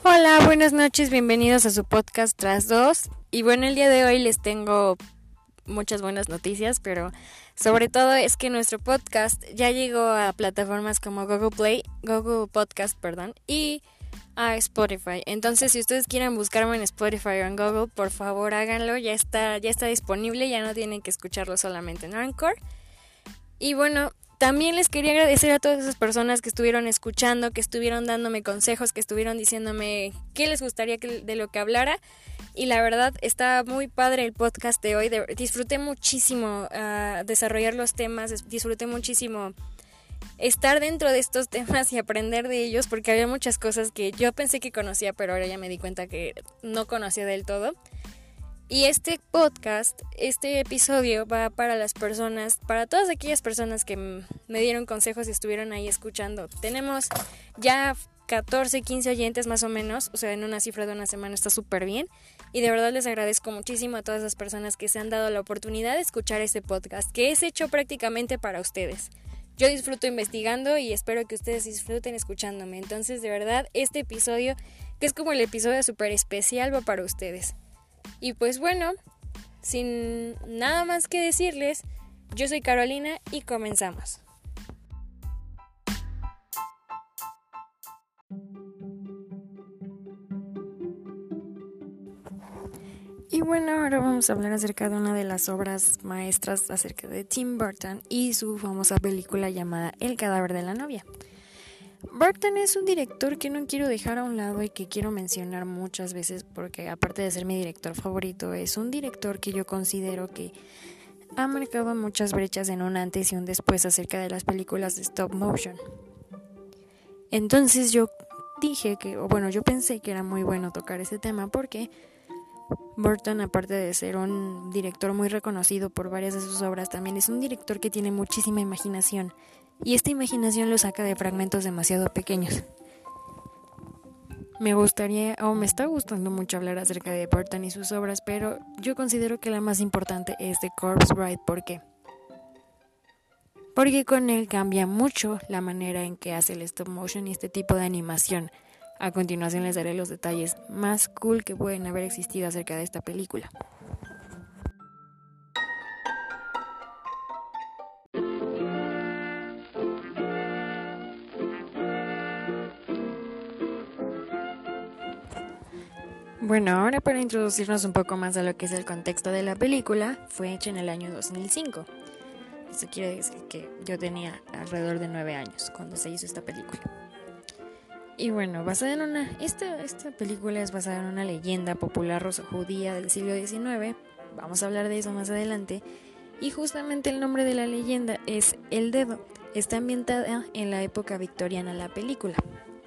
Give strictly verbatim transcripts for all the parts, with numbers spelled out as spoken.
Hola, buenas noches, bienvenidos a su podcast Tras dos. Y bueno, el día de hoy les tengo muchas buenas noticias, pero sobre todo es que nuestro podcast ya llegó a plataformas como Google Play, Google Podcast, perdón, y a Spotify. Entonces, si ustedes quieren buscarme en Spotify o en Google, por favor háganlo, ya está, ya está disponible, ya no tienen que escucharlo solamente en Anchor. Y bueno, también les quería agradecer a todas esas personas que estuvieron escuchando, que estuvieron dándome consejos, que estuvieron diciéndome qué les gustaría que, de lo que hablara. Y la verdad está muy padre el podcast de hoy. De, disfruté muchísimo uh, desarrollar los temas, disfruté muchísimo estar dentro de estos temas y aprender de ellos, porque había muchas cosas que yo pensé que conocía, pero ahora ya me di cuenta que no conocía del todo. Y este podcast, este episodio va para las personas, para todas aquellas personas que me dieron consejos y estuvieron ahí escuchando. Tenemos ya catorce, quince oyentes más o menos, o sea, en una cifra de una semana está súper bien. Y de verdad les agradezco muchísimo a todas las personas que se han dado la oportunidad de escuchar este podcast, que es hecho prácticamente para ustedes. Yo disfruto investigando y espero que ustedes disfruten escuchándome. Entonces, de verdad, este episodio, que es como el episodio súper especial, va para ustedes. Y pues bueno, sin nada más que decirles, yo soy Carolina y comenzamos. Y bueno, ahora vamos a hablar acerca de una de las obras maestras acerca de Tim Burton y su famosa película llamada El cadáver de la novia. Burton es un director que no quiero dejar a un lado y que quiero mencionar muchas veces porque aparte de ser mi director favorito, es un director que yo considero que ha marcado muchas brechas en un antes y un después acerca de las películas de stop motion. Entonces yo dije que, o bueno, yo pensé que era muy bueno tocar ese tema porque Burton, aparte de ser un director muy reconocido por varias de sus obras, también es un director que tiene muchísima imaginación. Y esta imaginación lo saca de fragmentos demasiado pequeños. Me gustaría, o me está gustando mucho hablar acerca de Burton y sus obras, pero yo considero que la más importante es The Corpse Bride. ¿Por qué? Porque con él cambia mucho la manera en que hace el stop motion y este tipo de animación. A continuación les daré los detalles más cool que pueden haber existido acerca de esta película. Bueno, ahora para introducirnos un poco más a lo que es el contexto de la película, fue hecha en el año dos mil cinco. Eso quiere decir que yo tenía alrededor de nueve años cuando se hizo esta película. Y bueno, basada en una, esta, esta película es basada en una leyenda popular ruso-judía del siglo diecinueve. Vamos a hablar de eso más adelante. Y justamente el nombre de la leyenda es El Dedo. Está ambientada en la época victoriana la película.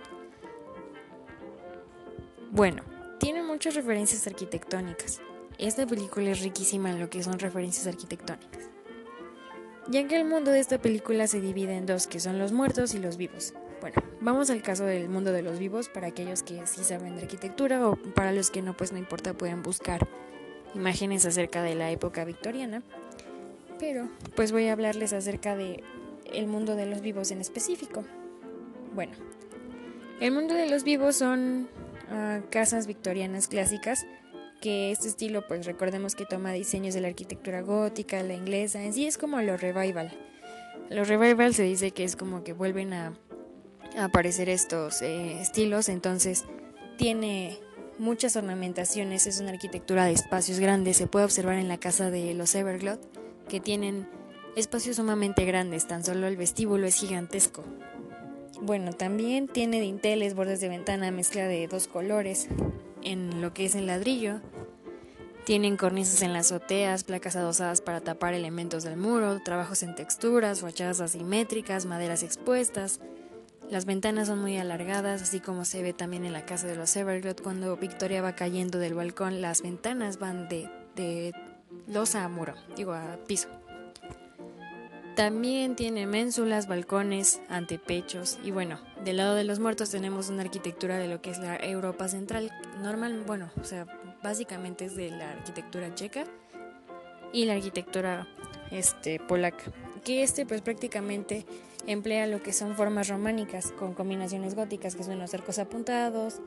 Bueno, tiene muchas referencias arquitectónicas. Esta película es riquísima en lo que son referencias arquitectónicas, ya que el mundo de esta película se divide en dos, que son los muertos y los vivos. Bueno, vamos al caso del mundo de los vivos para aquellos que sí saben de arquitectura o para los que no, pues no importa, pueden buscar imágenes acerca de la época victoriana. Pero pues voy a hablarles acerca de el mundo de los vivos en específico. Bueno, el mundo de los vivos son Uh, casas victorianas clásicas, que este estilo pues recordemos que toma diseños de la arquitectura gótica, la inglesa, en sí es como lo revival. Los revival se dice que es como que vuelven a, a aparecer estos eh, estilos, entonces tiene muchas ornamentaciones, es una arquitectura de espacios grandes, se puede observar en la casa de los Everglades, que tienen espacios sumamente grandes, tan solo el vestíbulo es gigantesco. Bueno, también tiene dinteles, bordes de ventana, mezcla de dos colores en lo que es el ladrillo. Tienen cornisas en las azoteas, placas adosadas para tapar elementos del muro, trabajos en texturas, fachadas asimétricas, maderas expuestas. Las ventanas son muy alargadas, así como se ve también en la casa de los Everglades. Cuando Victoria va cayendo del balcón, las ventanas van de, de losa a muro, digo a piso. También tiene ménsulas, balcones, antepechos y bueno, del lado de los muertos tenemos una arquitectura de lo que es la Europa central, normal, bueno, o sea, básicamente es de la arquitectura checa y la arquitectura este, polaca, que este pues prácticamente emplea lo que son formas románicas con combinaciones góticas, que son los arcos apuntados,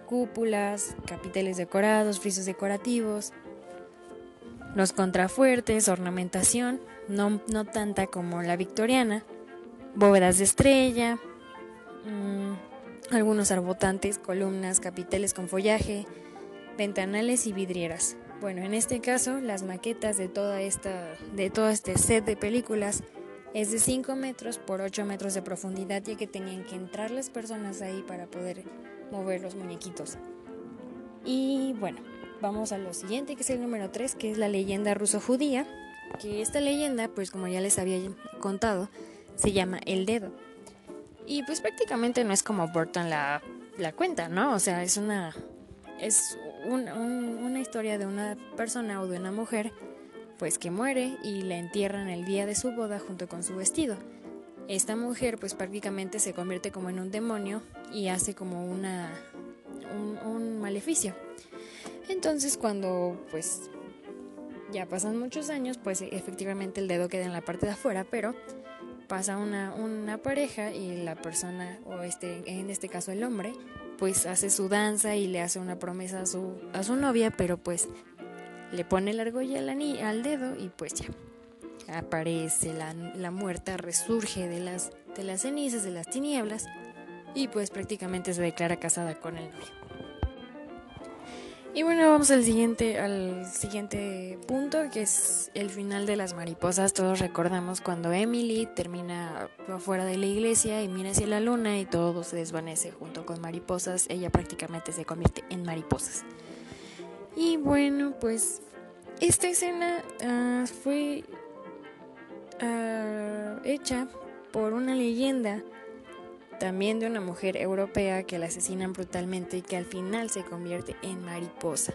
cúpulas, capiteles decorados, frisos decorativos, los contrafuertes, ornamentación, no, no tanta como la victoriana, bóvedas de estrella, mmm, algunos arbotantes, columnas, capiteles con follaje, ventanales y vidrieras. Bueno, en este caso, las maquetas de toda esta, de todo este set de películas es de cinco metros por ocho metros de profundidad, ya que tenían que entrar las personas ahí para poder mover los muñequitos. Y bueno, vamos a lo siguiente, que es el número tres, que es la leyenda ruso-judía, que esta leyenda, pues como ya les había contado, se llama El Dedo. Y pues prácticamente no es como Burton la, la cuenta, ¿no? O sea, es una, es un, un, una historia de una persona o de una mujer pues que muere y la entierran el día de su boda junto con su vestido. Esta mujer pues prácticamente se convierte como en un demonio y hace como una un, un maleficio. Entonces cuando pues ya pasan muchos años, pues efectivamente el dedo queda en la parte de afuera, pero pasa una, una pareja y la persona, o este en este caso el hombre, pues hace su danza y le hace una promesa a su, a su novia, pero pues le pone la argolla al, ani- al dedo y pues ya aparece la, la muerta, resurge de las, de las cenizas, de las tinieblas, y pues prácticamente se declara casada con el novio. Y bueno, vamos al siguiente, al siguiente punto, que es el final de Las Mariposas. Todos recordamos cuando Emily termina afuera de la iglesia y mira hacia la luna y todo se desvanece junto con mariposas. Ella prácticamente se convierte en mariposas. Y bueno, pues esta escena uh, fue uh, hecha por una leyenda también de una mujer europea que la asesinan brutalmente y que al final se convierte en mariposa.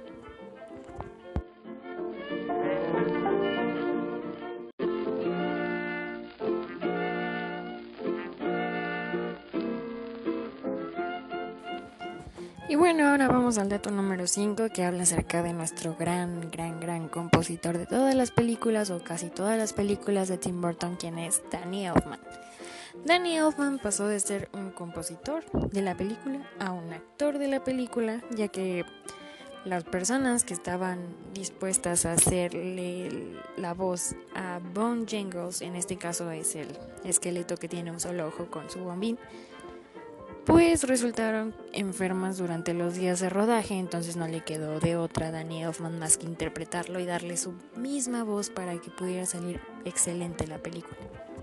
Y bueno, ahora vamos al dato número cinco, que habla acerca de nuestro gran, gran, gran compositor de todas las películas, o casi todas las películas de Tim Burton, quien es Danny Elfman. Danny Elfman pasó de ser un compositor de la película a un actor de la película, ya que las personas que estaban dispuestas a hacerle la voz a Bone Jangles, en este caso es el esqueleto que tiene un solo ojo con su bombín, pues resultaron enfermas durante los días de rodaje, entonces no le quedó de otra a Danny Elfman más que interpretarlo y darle su misma voz para que pudiera salir excelente la película.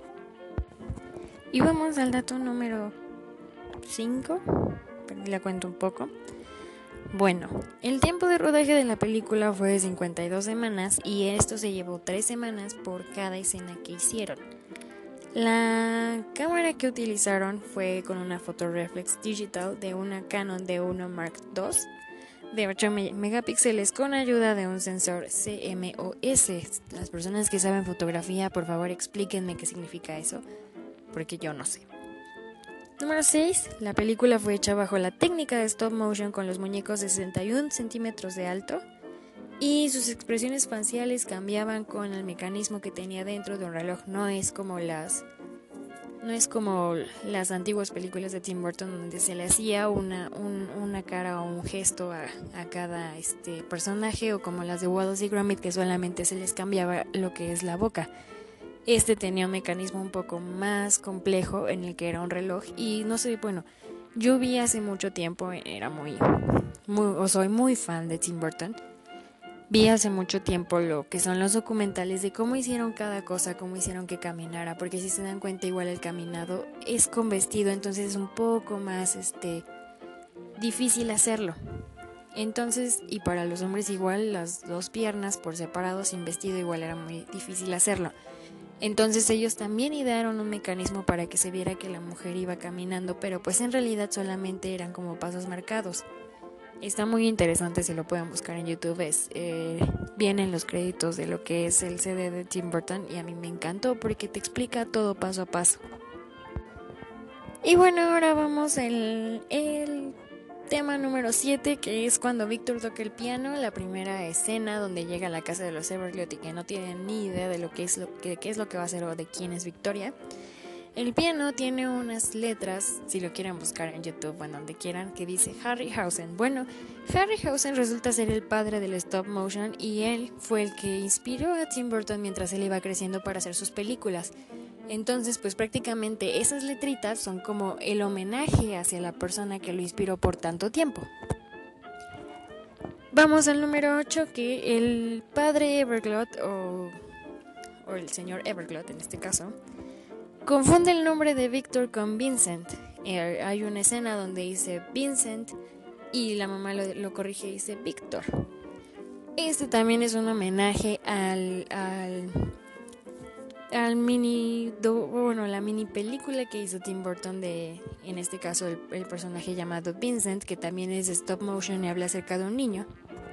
Y vamos al dato número cinco, perdí la cuenta un poco. Bueno, el tiempo de rodaje de la película fue de cincuenta y dos semanas y esto se llevó tres semanas por cada escena que hicieron. La cámara que utilizaron fue con una Photoreflex Digital de una Canon D uno Mark dos de ocho megapíxeles con ayuda de un sensor C M O S. Las personas que saben fotografía, por favor explíquenme qué significa eso, porque yo no sé. Número seis. La película fue hecha bajo la técnica de stop motion con los muñecos de sesenta y un centímetros de alto y sus expresiones faciales cambiaban con el mecanismo que tenía dentro de un reloj. No es como las no es como las antiguas películas de Tim Burton donde se le hacía una, un, una cara o un gesto a, a cada este personaje, o como las de Wallace y Gromit que solamente se les cambiaba lo que es la boca. Este tenía un mecanismo un poco más complejo en el que era un reloj y no sé, bueno, yo vi hace mucho tiempo, era muy, muy o soy muy fan de Tim Burton. Vi hace mucho tiempo lo que son los documentales de cómo hicieron cada cosa, cómo hicieron que caminara, porque si se dan cuenta igual el caminado es con vestido, entonces es un poco más este difícil hacerlo. Entonces, y para los hombres igual las dos piernas por separado sin vestido igual era muy difícil hacerlo. Entonces ellos también idearon un mecanismo para que se viera que la mujer iba caminando, pero pues en realidad solamente eran como pasos marcados. Está muy interesante, si lo pueden buscar en YouTube, es, eh, vienen los créditos de lo que es el C D de Tim Burton y a mí me encantó porque te explica todo paso a paso. Y bueno, ahora vamos al el tema número siete, que es cuando Víctor toca el piano, la primera escena donde llega a la casa de los Everglades y que no tienen ni idea de lo que es lo que, qué es lo que va a hacer o de quién es Victoria. El piano tiene unas letras, si lo quieren buscar en YouTube o en donde quieran, que dice Harryhausen. Bueno, Harryhausen resulta ser el padre del stop motion y él fue el que inspiró a Tim Burton mientras él iba creciendo para hacer sus películas. Entonces, pues prácticamente esas letritas son como el homenaje hacia la persona que lo inspiró por tanto tiempo. Vamos al número ocho, que el padre Everglot, o, o el señor Everglot en este caso, confunde el nombre de Victor con Vincent. Eh, hay una escena donde dice Vincent y la mamá lo, lo corrige y dice Victor. Este también es un homenaje al... al al mini do, bueno la mini película que hizo Tim Burton de, en este caso, el, el personaje llamado Vincent, que también es stop motion y habla acerca de un niño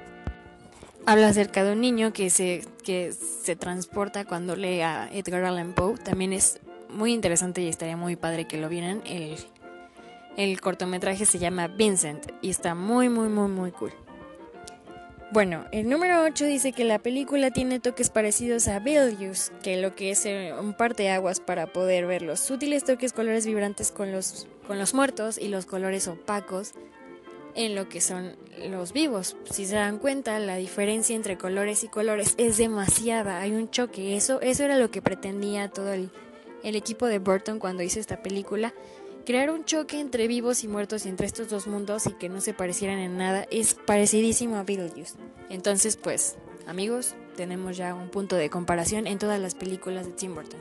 habla acerca de un niño que se que se transporta cuando lee a Edgar Allan Poe. También es muy interesante y estaría muy padre que lo vieran. El, el cortometraje se llama Vincent y está muy muy muy muy cool. Bueno, el número ocho dice que la película tiene toques parecidos a Beetlejuice, que lo que es un parteaguas para poder ver los sutiles toques colores vibrantes con los, con los muertos y los colores opacos en lo que son los vivos. Si se dan cuenta, la diferencia entre colores y colores es demasiada, hay un choque. Eso, eso era lo que pretendía todo el, el equipo de Burton cuando hizo esta película. Crear un choque entre vivos y muertos y entre estos dos mundos y que no se parecieran en nada es parecidísimo a Beetlejuice. Entonces, pues, amigos, tenemos ya un punto de comparación en todas las películas de Tim Burton.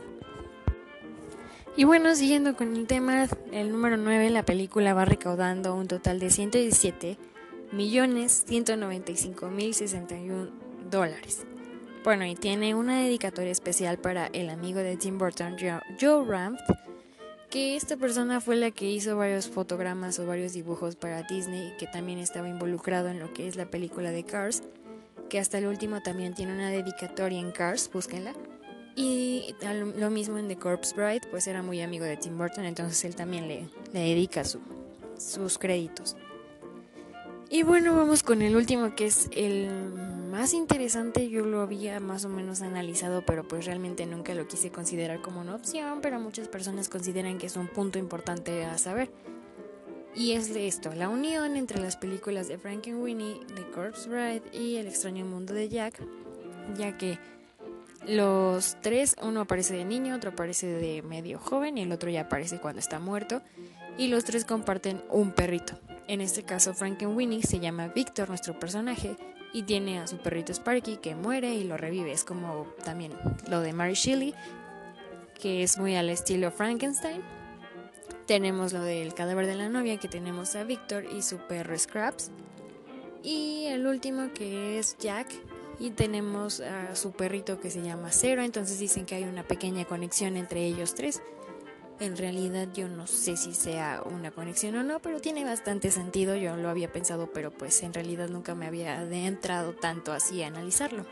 Y bueno, siguiendo con el tema, el número nueve, la película va recaudando un total de ciento diecisiete millones ciento noventa y cinco mil sesenta y uno dólares. Bueno, y tiene una dedicatoria especial para el amigo de Tim Burton, Joe Ranft, que esta persona fue la que hizo varios fotogramas o varios dibujos para Disney, que también estaba involucrado en lo que es la película de Cars, que hasta el último también tiene una dedicatoria en Cars, búsquenla. Y lo mismo en The Corpse Bride, pues era muy amigo de Tim Burton, entonces él también le, le dedica su, sus créditos. Y bueno, vamos con el último, que es el más interesante. Yo lo había más o menos analizado, pero pues realmente nunca lo quise considerar como una opción, pero muchas personas consideran que es un punto importante a saber. Y es de esto, la unión entre las películas de Frankenweenie, The Corpse Bride y El extraño mundo de Jack, ya que los tres, uno aparece de niño, otro aparece de medio joven y el otro ya aparece cuando está muerto, y los tres comparten un perrito. En este caso, Frankenweenie se llama Victor, nuestro personaje, y tiene a su perrito Sparky, que muere y lo revive. Es como también lo de Mary Shelley, que es muy al estilo Frankenstein. Tenemos lo del cadáver de la novia, que tenemos a Victor y su perro Scraps. Y el último, que es Jack, y tenemos a su perrito que se llama Zero. Entonces dicen que hay una pequeña conexión entre ellos tres. En realidad yo no sé si sea una conexión o no, pero tiene bastante sentido. Yo lo había pensado, pero pues en realidad nunca me había adentrado tanto así a analizarlo.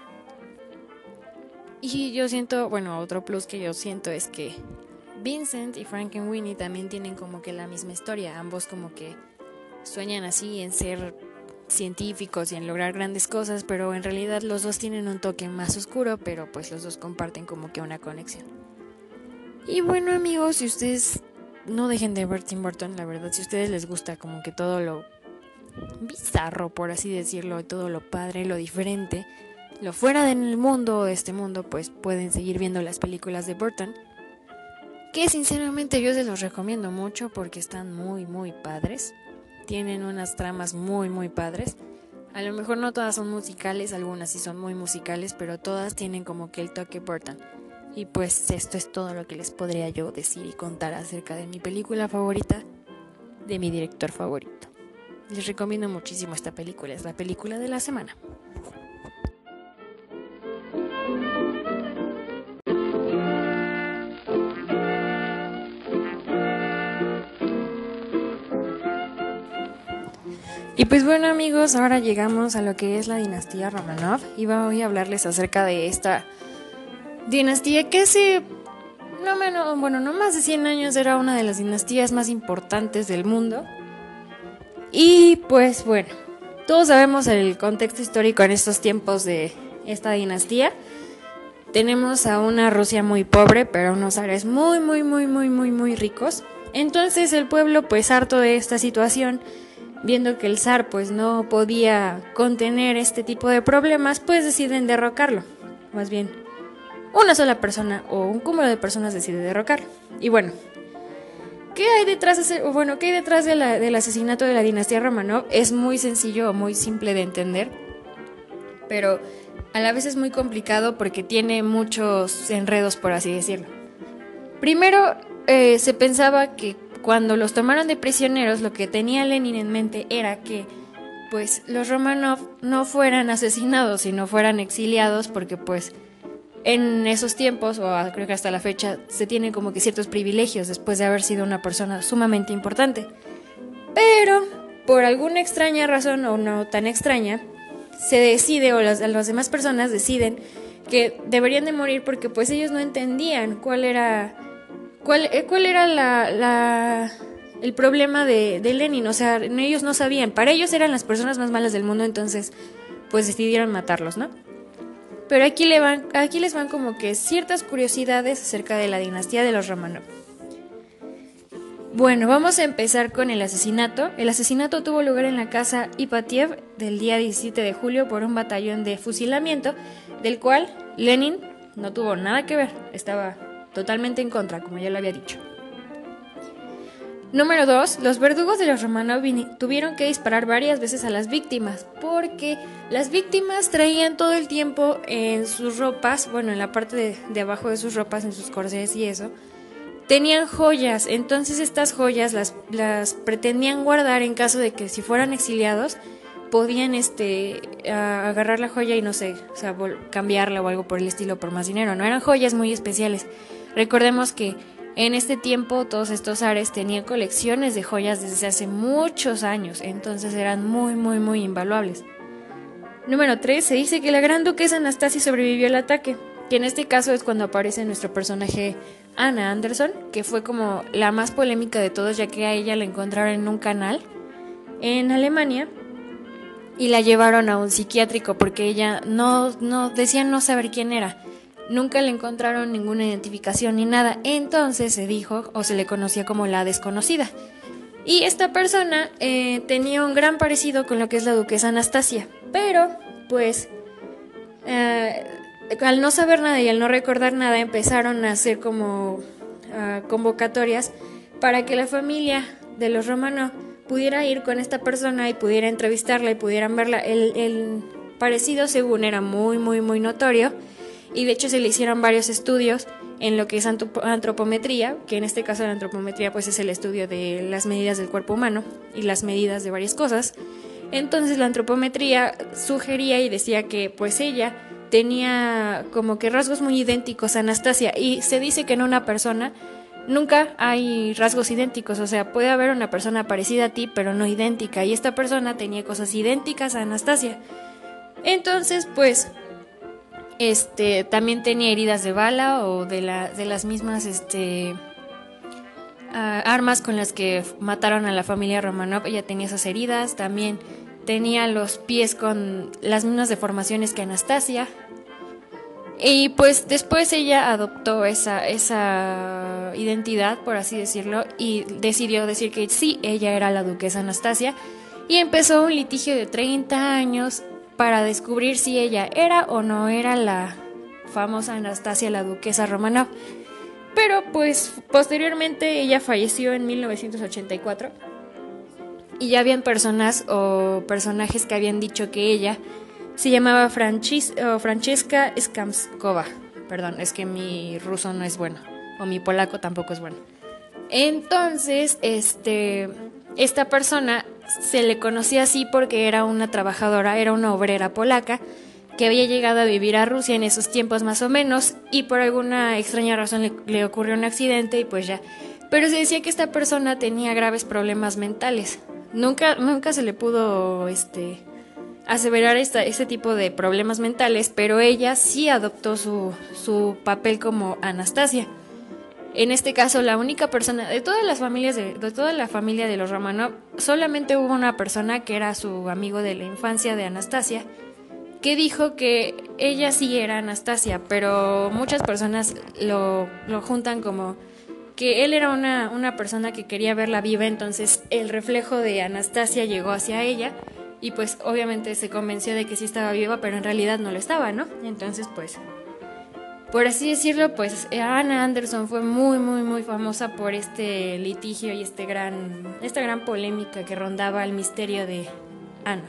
Y yo siento, bueno, otro plus que yo siento es que Vincent y Frankenweenie también tienen como que la misma historia. Ambos como que sueñan así en ser científicos y en lograr grandes cosas, pero en realidad los dos tienen un toque más oscuro, pero pues los dos comparten como que una conexión. Y bueno, amigos, si ustedes no dejen de ver Tim Burton, la verdad, si a ustedes les gusta como que todo lo bizarro, por así decirlo, todo lo padre, lo diferente, lo fuera del mundo, de este mundo, pues pueden seguir viendo las películas de Burton, que sinceramente yo se los recomiendo mucho porque están muy muy padres. Tienen unas tramas muy muy padres. A lo mejor no todas son musicales, algunas sí son muy musicales, pero todas tienen como que el toque Burton. Y pues esto es todo lo que les podría yo decir y contar acerca de mi película favorita, de mi director favorito. Les recomiendo muchísimo esta película, es la película de la semana. Y pues bueno, amigos, ahora llegamos a lo que es la dinastía Romanov y voy a hablarles acerca de esta dinastía que hace no menos, bueno, no más de cien años era una de las dinastías más importantes del mundo. Y pues bueno, todos sabemos el contexto histórico en estos tiempos de esta dinastía. tenemos a una Rusia muy pobre, pero unos zares muy, muy, muy, muy, muy, muy ricos. Entonces el pueblo, pues harto de esta situación, viendo que el zar pues no podía contener este tipo de problemas, pues deciden derrocarlo. Más bien, una sola persona o un cúmulo de personas decide derrocarlo. Y bueno, ¿qué hay detrás de, bueno, ¿qué hay detrás de la, del asesinato de la dinastía Romanov? Es muy sencillo o muy simple de entender, pero a la vez es muy complicado porque tiene muchos enredos, por así decirlo. Primero, eh, se pensaba que cuando los tomaron de prisioneros, lo que tenía Lenin en mente era que pues los Romanov no fueran asesinados, sino fueran exiliados, porque pues en esos tiempos, o creo que hasta la fecha, se tienen como que ciertos privilegios después de haber sido una persona sumamente importante. Pero, por alguna extraña razón, o no tan extraña, se decide, o las, las demás personas deciden que deberían de morir porque pues ellos no entendían cuál era cuál, cuál era la, la, el problema de, de Lenin. O sea, ellos no sabían, para ellos eran las personas más malas del mundo, entonces pues decidieron matarlos, ¿no? Pero aquí, le van, aquí les van como que ciertas curiosidades acerca de la dinastía de los Romanov. Bueno, vamos a empezar con el asesinato. El asesinato tuvo lugar en la casa Ipatiev del día diecisiete de julio por un batallón de fusilamiento, del cual Lenin no tuvo nada que ver, estaba totalmente en contra, como ya lo había dicho. Número dos. Los verdugos de los Romanov tuvieron que disparar varias veces a las víctimas, porque las víctimas traían todo el tiempo en sus ropas, bueno, en la parte de, de abajo de sus ropas, en sus corsés y eso, tenían joyas. Entonces estas joyas las, las pretendían guardar en caso de que si fueran exiliados, podían este, a, agarrar la joya y no sé, o sea, cambiarla o algo por el estilo por más dinero. No eran joyas muy especiales. Recordemos que en este tiempo todos estos zares tenían colecciones de joyas desde hace muchos años, entonces eran muy, muy, muy invaluables. Número tres. Se dice que la gran duquesa Anastasia sobrevivió al ataque, que en este caso es cuando aparece nuestro personaje Anna Anderson, que fue como la más polémica de todos, ya que a ella la encontraron en un canal en Alemania y la llevaron a un psiquiátrico porque ella no, no decían no saber quién era. Nunca le encontraron ninguna identificación ni nada, entonces se dijo o se le conocía como la desconocida. Y esta persona eh, tenía un gran parecido con lo que es la duquesa Anastasia, pero pues eh, al no saber nada y al no recordar nada empezaron a hacer como uh, convocatorias para que la familia de los Romanov pudiera ir con esta persona y pudiera entrevistarla y pudieran verla. El, el parecido según era muy muy muy notorio. Y de hecho se le hicieron varios estudios en lo que es antropometría, que en este caso la antropometría pues es el estudio de las medidas del cuerpo humano y las medidas de varias cosas. Entonces la antropometría sugería y decía que pues ella tenía como que rasgos muy idénticos a Anastasia, y se dice que en una persona nunca hay rasgos idénticos, o sea, puede haber una persona parecida a ti pero no idéntica, y esta persona tenía cosas idénticas a Anastasia. Entonces pues Este, también tenía heridas de bala o de, la, de las mismas este, uh, armas con las que mataron a la familia Romanov. Ella tenía esas heridas, también tenía los pies con las mismas deformaciones que Anastasia. Y pues después ella adoptó esa, esa identidad, por así decirlo, y decidió decir que sí, ella era la duquesa Anastasia, y empezó un litigio de treinta años para descubrir si ella era o no era la famosa Anastasia, la duquesa Romanov. Pero pues posteriormente ella falleció en mil novecientos ochenta y cuatro y ya habían personas o personajes que habían dicho que ella se llamaba Francis, o Francesca Skamskova. Perdón, es que mi ruso no es bueno, o mi polaco tampoco es bueno. Entonces, este, esta persona se le conocía así porque era una trabajadora, era una obrera polaca que había llegado a vivir a Rusia en esos tiempos más o menos, y por alguna extraña razón le, le ocurrió un accidente y pues ya. Pero se decía que esta persona tenía graves problemas mentales. Nunca, nunca se le pudo este, aseverar esta, este tipo de problemas mentales, pero ella sí adoptó su, su papel como Anastasia. En este caso, la única persona de todas las familias de, de toda la familia de los Romanov, solamente hubo una persona que era su amigo de la infancia de Anastasia, que dijo que ella sí era Anastasia, pero muchas personas lo, lo juntan como que él era una, una persona que quería verla viva, entonces el reflejo de Anastasia llegó hacia ella y pues obviamente se convenció de que sí estaba viva, pero en realidad no lo estaba, ¿no? Entonces pues, por así decirlo, pues Anna Anderson fue muy muy muy famosa por este litigio y este gran, esta gran polémica que rondaba el misterio de Anna.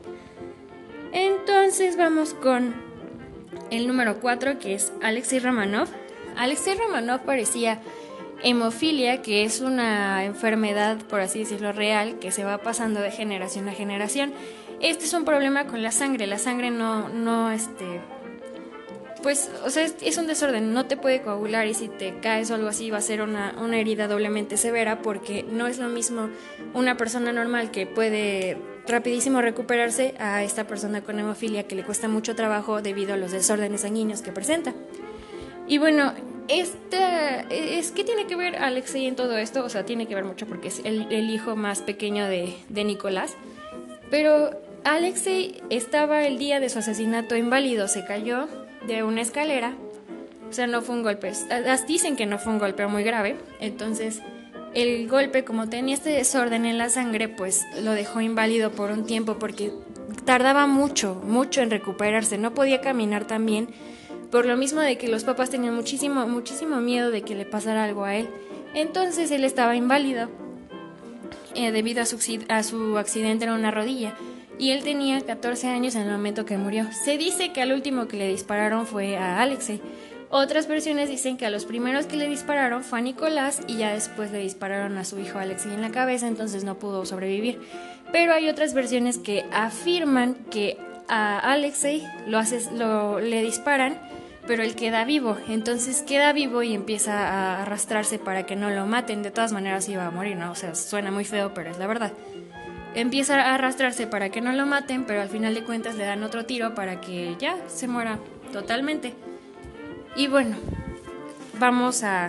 Entonces vamos con el número cuatro, que es Alexei Romanov. Alexei Romanov parecía hemofilia, que es una enfermedad, por así decirlo, real, que se va pasando de generación a generación. Este es un problema con la sangre. La sangre no, no, este, pues, o sea, es, es un desorden, no te puede coagular y si te caes o algo así va a ser una, una herida doblemente severa, porque no es lo mismo una persona normal que puede rapidísimo recuperarse a esta persona con hemofilia que le cuesta mucho trabajo debido a los desórdenes sanguíneos que presenta. Y bueno, esta, es ¿qué tiene que ver Alexei en todo esto? O sea, tiene que ver mucho porque es el, el hijo más pequeño de, de Nicolás. Pero Alexei estaba el día de su asesinato inválido, se cayó de una escalera. O sea, no fue un golpe, dicen que no fue un golpe muy grave. Entonces el golpe, como tenía este desorden en la sangre, pues lo dejó inválido por un tiempo porque tardaba mucho, mucho en recuperarse. No podía caminar tan bien, por lo mismo de que los papás tenían muchísimo, muchísimo miedo de que le pasara algo a él. Entonces él estaba inválido eh, debido a su, a su accidente en una rodilla. Y él tenía catorce años en el momento que murió. Se dice que al último que le dispararon fue a Alexei. Otras versiones dicen que a los primeros que le dispararon fue a Nicolás y ya después le dispararon a su hijo Alexei en la cabeza, entonces no pudo sobrevivir. Pero hay otras versiones que afirman que a Alexei lo hace, lo, le disparan, pero él queda vivo. Entonces queda vivo y empieza a arrastrarse para que no lo maten. De todas maneras iba a morir, ¿no? O sea, suena muy feo, pero es la verdad. Empieza a arrastrarse para que no lo maten, pero al final de cuentas le dan otro tiro para que ya se muera totalmente. Y bueno, vamos a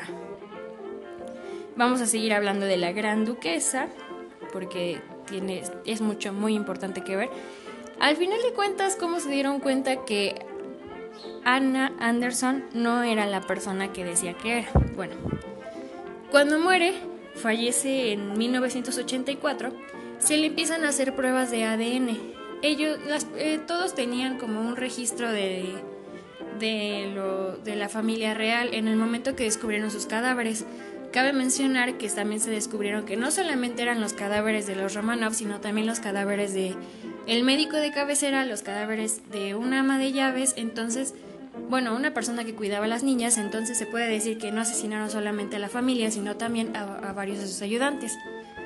vamos a seguir hablando de la Gran Duquesa, porque tiene, es mucho, muy importante que ver. Al final de cuentas, ¿cómo se dieron cuenta que Anna Anderson no era la persona que decía que era? Bueno, cuando muere, fallece en mil novecientos ochenta y cuatro, se le empiezan a hacer pruebas de A D N. Ellos, las, eh, todos tenían como un registro de, de, lo, de la familia real en el momento que descubrieron sus cadáveres. Cabe mencionar que también se descubrieron que no solamente eran los cadáveres de los Romanov, sino también los cadáveres de el médico de cabecera, los cadáveres de una ama de llaves. Entonces, bueno, una persona que cuidaba a las niñas. Entonces se puede decir que no asesinaron solamente a la familia, sino también a, a varios de sus ayudantes.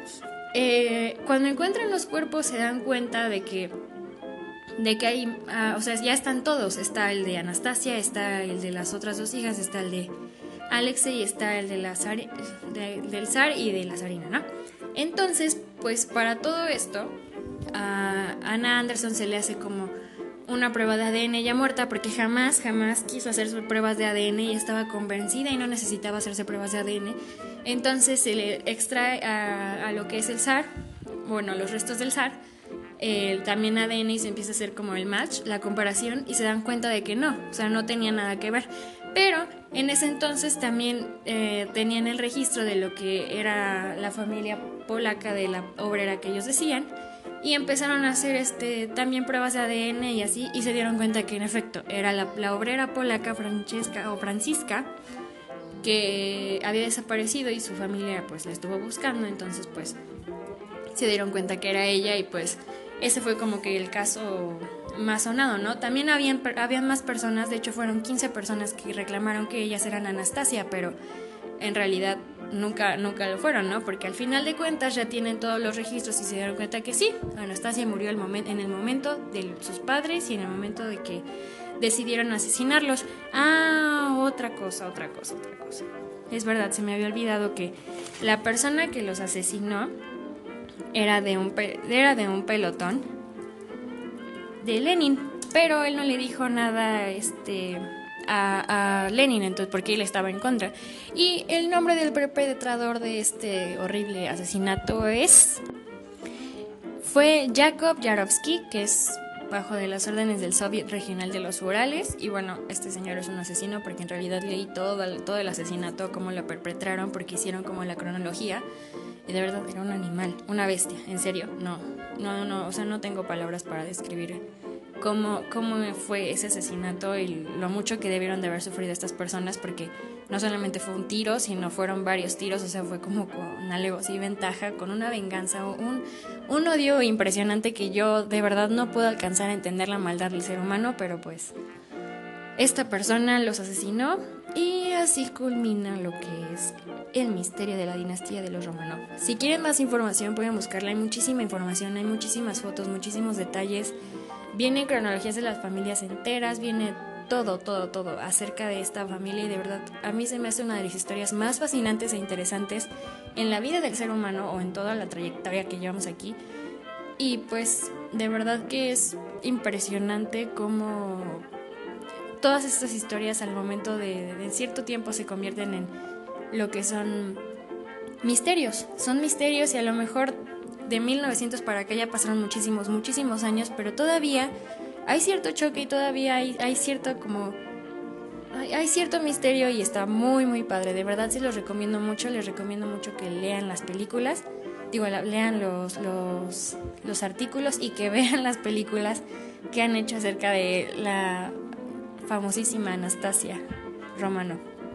Eh, cuando encuentran los cuerpos se dan cuenta de que de que hay, uh, o sea, ya están todos. Está el de Anastasia, está el de las otras dos hijas, está el de Alexei y está el de la zar, de, del zar y de la zarina, ¿no? Entonces, pues para todo esto, a Anna Anderson se le hace como una prueba de A D N ya muerta, porque jamás, jamás quiso hacerse pruebas de A D N y estaba convencida y no necesitaba hacerse pruebas de A D N. Entonces se le extrae a, a lo que es el zar, bueno, los restos del zar, eh, también A D N, y se empieza a hacer como el match, la comparación, y se dan cuenta de que no, o sea, no tenía nada que ver. Pero en ese entonces también eh, tenían el registro de lo que era la familia polaca de la obrera que ellos decían, y empezaron a hacer este también pruebas de A D N y así, y se dieron cuenta que en efecto era la, la obrera polaca Francesca o Francisca, que había desaparecido y su familia pues la estuvo buscando. Entonces pues se dieron cuenta que era ella, y pues ese fue como que el caso más sonado, ¿no? También habían, habían más personas, de hecho fueron quince personas que reclamaron que ellas eran Anastasia, pero en realidad nunca, nunca lo fueron, ¿no? Porque al final de cuentas ya tienen todos los registros y se dieron cuenta que sí, Anastasia murió el momen- en el momento de sus padres y en el momento de que decidieron asesinarlos. Ah, otra cosa, otra cosa, otra cosa. Es verdad, se me había olvidado que la persona que los asesinó era de un, pe- era de un pelotón de Lenin, pero él no le dijo nada este, a, a Lenin, entonces, porque él estaba en contra. Y el nombre del perpetrador de este horrible asesinato es... fue Jakub Jarowski, que es bajo de las órdenes del Soviet Regional de los Urales. Y bueno, este señor es un asesino porque en realidad leí todo el, todo el asesinato, cómo lo perpetraron, porque hicieron como la cronología. Y de verdad era un animal, una bestia, en serio, no, no, no, o sea, no tengo palabras para describir cómo, cómo fue ese asesinato y lo mucho que debieron de haber sufrido estas personas, porque no solamente fue un tiro, sino fueron varios tiros, o sea, fue como con alevosía y ventaja, con una venganza, un, un odio impresionante que yo de verdad no puedo alcanzar a entender la maldad del ser humano, pero pues esta persona los asesinó y así culmina lo que es el misterio de la dinastía de los Romanov. Si quieren más información pueden buscarla, hay muchísima información, hay muchísimas fotos, muchísimos detalles, vienen cronologías de las familias enteras, viene todo, todo, todo acerca de esta familia y de verdad a mí se me hace una de las historias más fascinantes e interesantes en la vida del ser humano o en toda la trayectoria que llevamos aquí. Y pues de verdad que es impresionante cómo todas estas historias al momento de, de cierto tiempo se convierten en lo que son misterios, son misterios y a lo mejor de mil novecientos para acá ya pasaron muchísimos, muchísimos años, pero todavía hay cierto choque y todavía hay, hay cierto como hay, hay cierto misterio y está muy muy padre, de verdad sí los recomiendo mucho, les recomiendo mucho que lean las películas, digo, lean los, los, los artículos y que vean las películas que han hecho acerca de la famosísima Anastasia Romanov.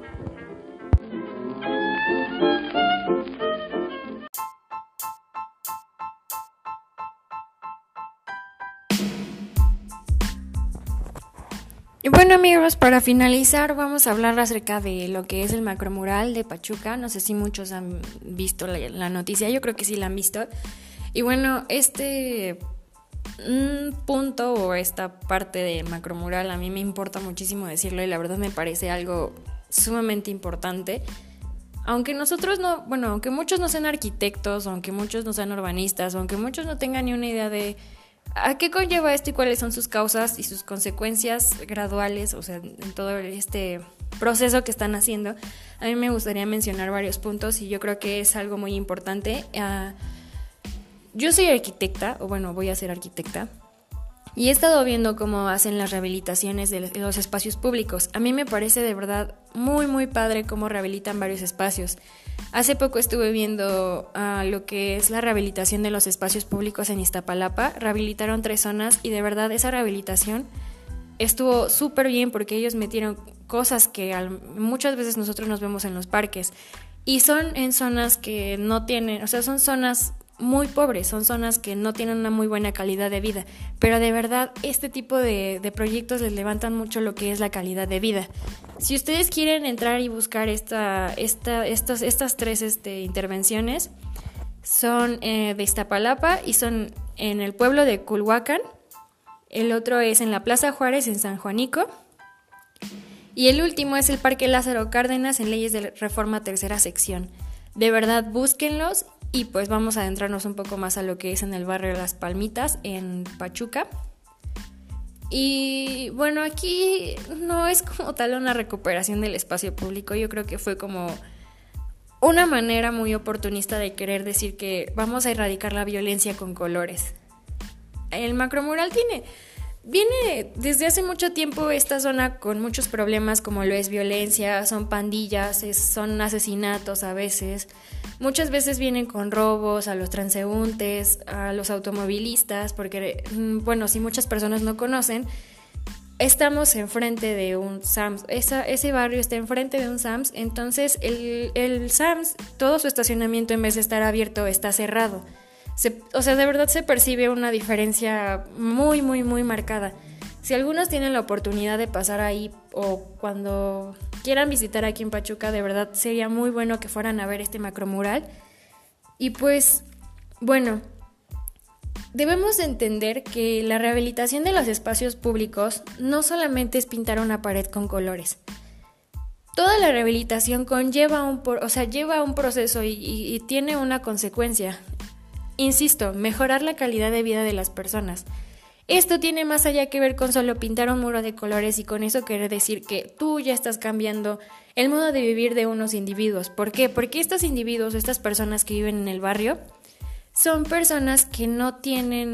Y bueno amigos, para finalizar vamos a hablar acerca de lo que es el macromural de Pachuca. No sé si muchos han visto la, la noticia, yo creo que sí la han visto. Y bueno, este un punto o esta parte de macromural a mí me importa muchísimo decirlo y la verdad me parece algo sumamente importante. Aunque nosotros no, bueno, aunque muchos no sean arquitectos, aunque muchos no sean urbanistas, aunque muchos no tengan ni una idea de ¿a qué conlleva esto y cuáles son sus causas y sus consecuencias graduales? O sea, en todo este proceso que están haciendo, a mí me gustaría mencionar varios puntos y yo creo que es algo muy importante. Uh, yo soy arquitecta, o bueno, voy a ser arquitecta, y he estado viendo cómo hacen las rehabilitaciones de los espacios públicos. A mí me parece de verdad muy, muy padre cómo rehabilitan varios espacios. Hace poco estuve viendo uh, lo que es la rehabilitación de los espacios públicos en Iztapalapa. Rehabilitaron tres zonas y de verdad esa rehabilitación estuvo súper bien porque ellos metieron cosas que al, muchas veces nosotros nos vemos en los parques y son en zonas que no tienen, o sea, son zonas muy pobres, son zonas que no tienen una muy buena calidad de vida, pero de verdad este tipo de, de proyectos les levantan mucho lo que es la calidad de vida. Si ustedes quieren entrar y buscar esta, esta, estas, estas tres este, intervenciones, son eh, de Iztapalapa y son en el pueblo de Culhuacán, el otro es en la Plaza Juárez en San Juanico y el último es el Parque Lázaro Cárdenas en Leyes de Reforma tercera sección. De verdad búsquenlos. Y pues vamos a adentrarnos un poco más a lo que es en el barrio de Las Palmitas, en Pachuca. Y bueno, aquí no es como tal una recuperación del espacio público. Yo creo que fue como una manera muy oportunista de querer decir que vamos a erradicar la violencia con colores. El macromural tiene... Viene desde hace mucho tiempo esta zona con muchos problemas como lo es violencia, son pandillas, es, son asesinatos a veces. Muchas veces vienen con robos a los transeúntes, a los automovilistas, porque, bueno, si muchas personas no conocen, estamos enfrente de un Sams. Esa, ese barrio está enfrente de un Sams, entonces el, el Sams, todo su estacionamiento en vez de estar abierto está cerrado. Se, o sea, de verdad se percibe una diferencia muy, muy, muy marcada. Si algunos tienen la oportunidad de pasar ahí o cuando quieran visitar aquí en Pachuca, de verdad sería muy bueno que fueran a ver este macromural. Y pues, bueno, debemos entender que la rehabilitación de los espacios públicos no solamente es pintar una pared con colores. Toda la rehabilitación conlleva un, o sea, lleva un proceso y, y, y tiene una consecuencia. Insisto, mejorar la calidad de vida de las personas. Esto tiene más allá que ver con solo pintar un muro de colores y con eso querer decir que tú ya estás cambiando el modo de vivir de unos individuos. ¿Por qué? Porque estos individuos, estas personas que viven en el barrio, son personas que no tienen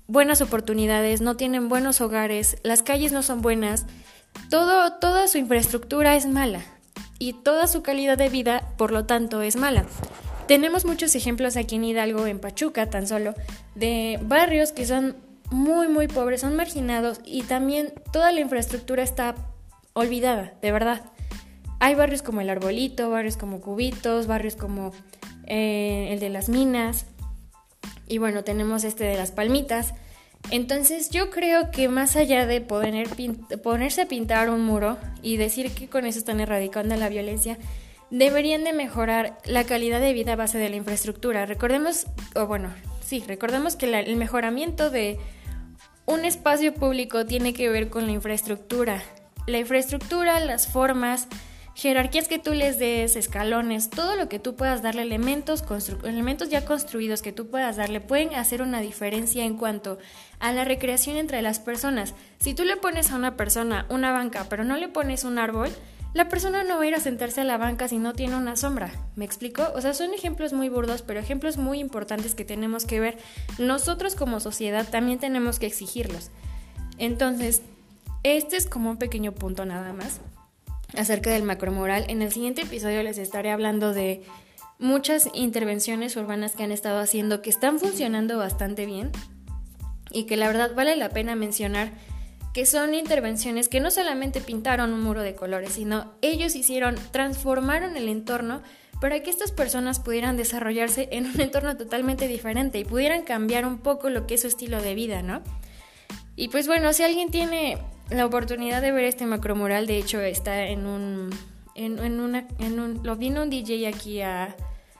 buenas oportunidades, no tienen buenos hogares, las calles no son buenas, todo, toda su infraestructura es mala y toda su calidad de vida, por lo tanto, es mala. Tenemos muchos ejemplos aquí en Hidalgo, en Pachuca tan solo, de barrios que son muy muy pobres, son marginados y también toda la infraestructura está olvidada, de verdad. Hay barrios como El Arbolito, barrios como Cubitos, barrios como eh, el de las Minas y bueno, tenemos este de Las Palmitas. Entonces yo creo que más allá de poner, ponerse a pintar un muro y decir que con eso están erradicando la violencia, deberían de mejorar la calidad de vida a base de la infraestructura. Recordemos, o bueno, sí, recordemos que la, el mejoramiento de un espacio público tiene que ver con la infraestructura. La infraestructura, las formas, jerarquías que tú les des, escalones, todo lo que tú puedas darle, elementos, constru- elementos ya construidos que tú puedas darle, pueden hacer una diferencia en cuanto a la recreación entre las personas. Si tú le pones a una persona una banca, pero no le pones un árbol, la persona no va a ir a sentarse a la banca si no tiene una sombra. ¿Me explico? O sea, son ejemplos muy burdos, pero ejemplos muy importantes que tenemos que ver. Nosotros como sociedad también tenemos que exigirlos. Entonces, este es como un pequeño punto nada más acerca del macromural. En el siguiente episodio les estaré hablando de muchas intervenciones urbanas que han estado haciendo, que están funcionando bastante bien y que la verdad vale la pena mencionar, que son intervenciones que no solamente pintaron un muro de colores, sino ellos hicieron, transformaron el entorno para que estas personas pudieran desarrollarse en un entorno totalmente diferente y pudieran cambiar un poco lo que es su estilo de vida, ¿no? Y pues bueno, si alguien tiene la oportunidad de ver este macromural, de hecho está en un, en, en una, en un, lo vino un D J aquí a,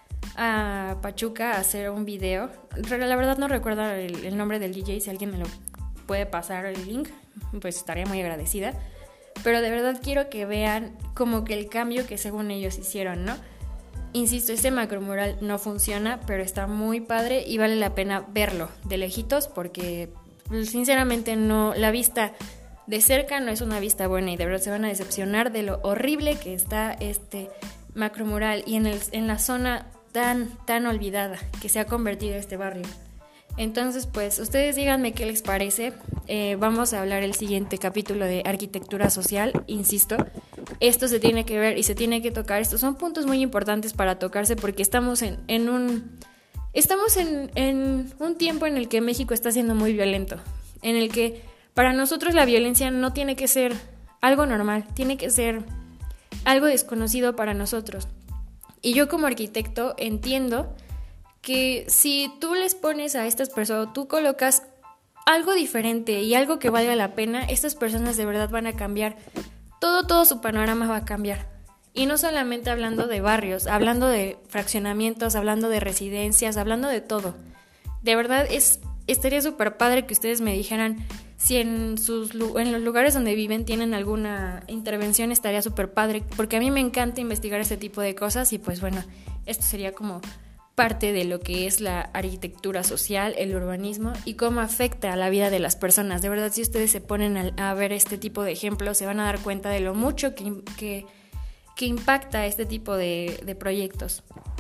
a Pachuca a hacer un video. La verdad no recuerdo el, el nombre del D J, si alguien me lo puede pasar el link, pues estaría muy agradecida. Pero de verdad quiero que vean como que el cambio que según ellos hicieron, ¿no? Insisto, este macromural no funciona, pero está muy padre y vale la pena verlo de lejitos porque sinceramente no, la vista de cerca no es una vista buena y de verdad se van a decepcionar de lo horrible que está este macromural y en, el, en la zona tan, tan olvidada que se ha convertido este barrio. Entonces, pues, ustedes díganme qué les parece. Eh, vamos a hablar el siguiente capítulo de arquitectura social, insisto. Esto se tiene que ver y se tiene que tocar. Estos son puntos muy importantes para tocarse porque estamos en, en un... Estamos en, en un tiempo en el que México está siendo muy violento, en el que para nosotros la violencia no tiene que ser algo normal, tiene que ser algo desconocido para nosotros. Y yo como arquitecto entiendo que si tú les pones a estas personas, tú colocas algo diferente y algo que valga la pena, estas personas de verdad van a cambiar. Todo, todo su panorama va a cambiar. Y no solamente hablando de barrios, hablando de fraccionamientos, hablando de residencias, hablando de todo. De verdad es, estaría súper padre que ustedes me dijeran si en, sus, en los lugares donde viven tienen alguna intervención, estaría súper padre, porque a mí me encanta investigar este tipo de cosas y pues bueno, esto sería como parte de lo que es la arquitectura social, el urbanismo y cómo afecta a la vida de las personas. De verdad, si ustedes se ponen a, a ver este tipo de ejemplos, se van a dar cuenta de lo mucho que, que, que impacta este tipo de, de proyectos.